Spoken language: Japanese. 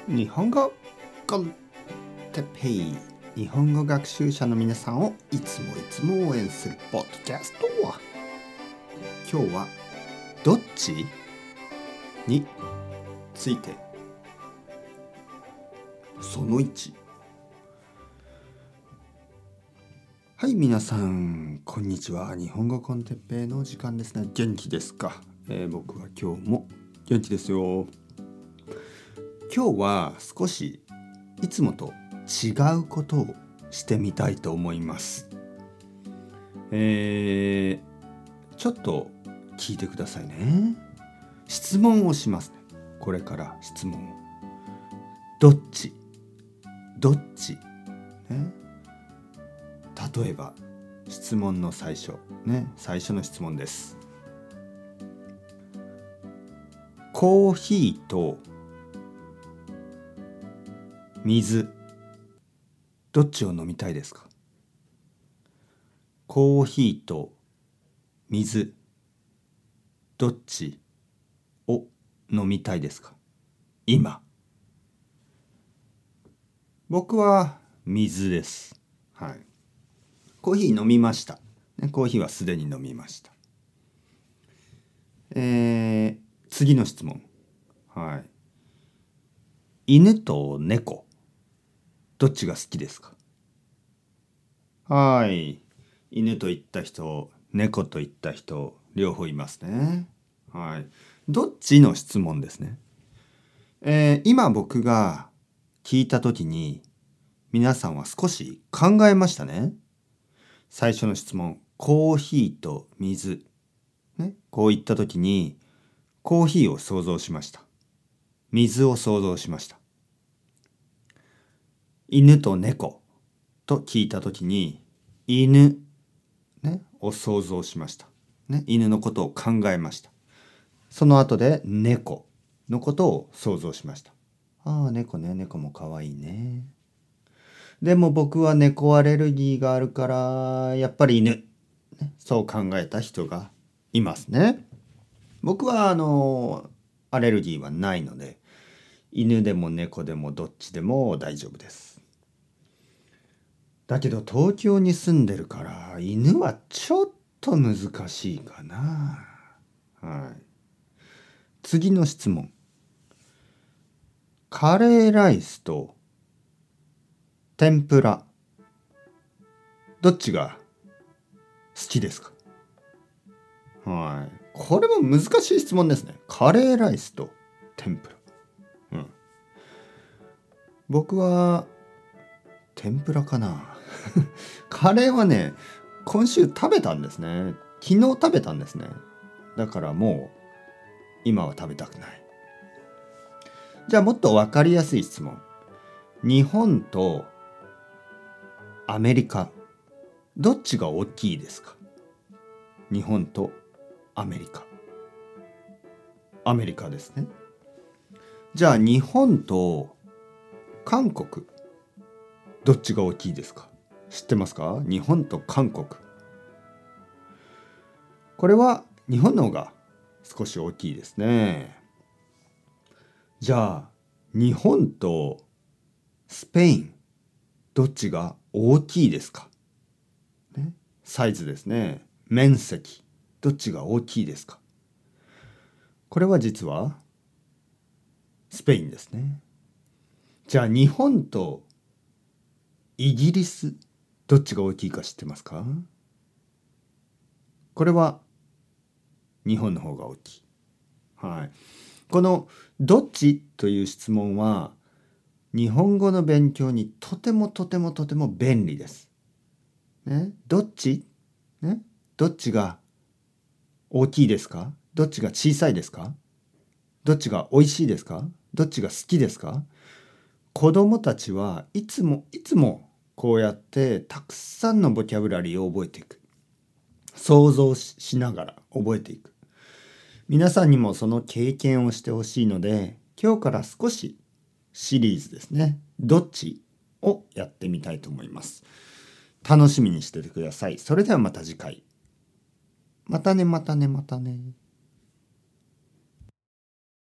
日本語コンテペイ、日本語学習者の皆さんをいつも応援するポッドキャスト。今日はどっちについて。その1。はい、皆さんこんにちは。日本語コンテペイの時間ですね。元気ですか？僕は今日も元気ですよ。今日は少しいつもと違うことをしてみたいと思います。ちょっと聞いてくださいね。質問をしますね。これから質問を。どっち？ね、例えば質問の最初の質問です。コーヒーと水、どっちを飲みたいですか？コーヒーと水、どっちを飲みたいですか？今。僕は水です。はい。コーヒー飲みました。コーヒーはすでに飲みました。次の質問。はい。犬と猫、どっちが好きですか？はい。犬と言った人、猫と言った人、両方いますね。はい。どっちの質問ですね。今僕が聞いたときに、皆さんは少し考えましたね。最初の質問、コーヒーと水。こう言ったときに、コーヒーを想像しました。水を想像しました。犬と猫と聞いたときに、犬、を想像しました。犬のことを考えました。その後で猫のことを想像しました。ああ、猫ね、猫も可愛いね。でも僕は猫アレルギーがあるから、やっぱり犬。そう考えた人がいますね。僕はアレルギーはないので、犬でも猫でもどっちでも大丈夫です。だけど東京に住んでるから犬はちょっと難しいかな。はい。次の質問。カレーライスと天ぷら、どっちが好きですか？はい。これも難しい質問ですね。カレーライスと天ぷら。僕は天ぷらかな。カレーはね、今週食べたんですね。昨日食べたんですね。だからもう今は食べたくない。じゃあもっとわかりやすい質問。日本とアメリカ、どっちが大きいですか？日本とアメリカ。アメリカですね。じゃあ日本と韓国、どっちが大きいですか？知ってますか？日本と韓国。これは日本の方が少し大きいですね。じゃあ日本とスペイン、どっちが大きいですか？サイズですね。面積、どっちが大きいですか？これは実はスペインですね。じゃあ日本とイギリス、どっちが大きいか知ってますか？これは日本の方が大きい。はい。このどっちという質問は日本語の勉強にとても便利です。どっち？どっちが大きいですか？どっちが小さいですか？どっちが美味しいですか？どっちが好きですか？子供たちはいつもこうやってたくさんのボキャブラリーを覚えていく。想像しながら覚えていく。皆さんにもその経験をしてほしいので、今日から少しシリーズですね。どっちをやってみたいと思います。楽しみにしててください。それではまた次回。またね。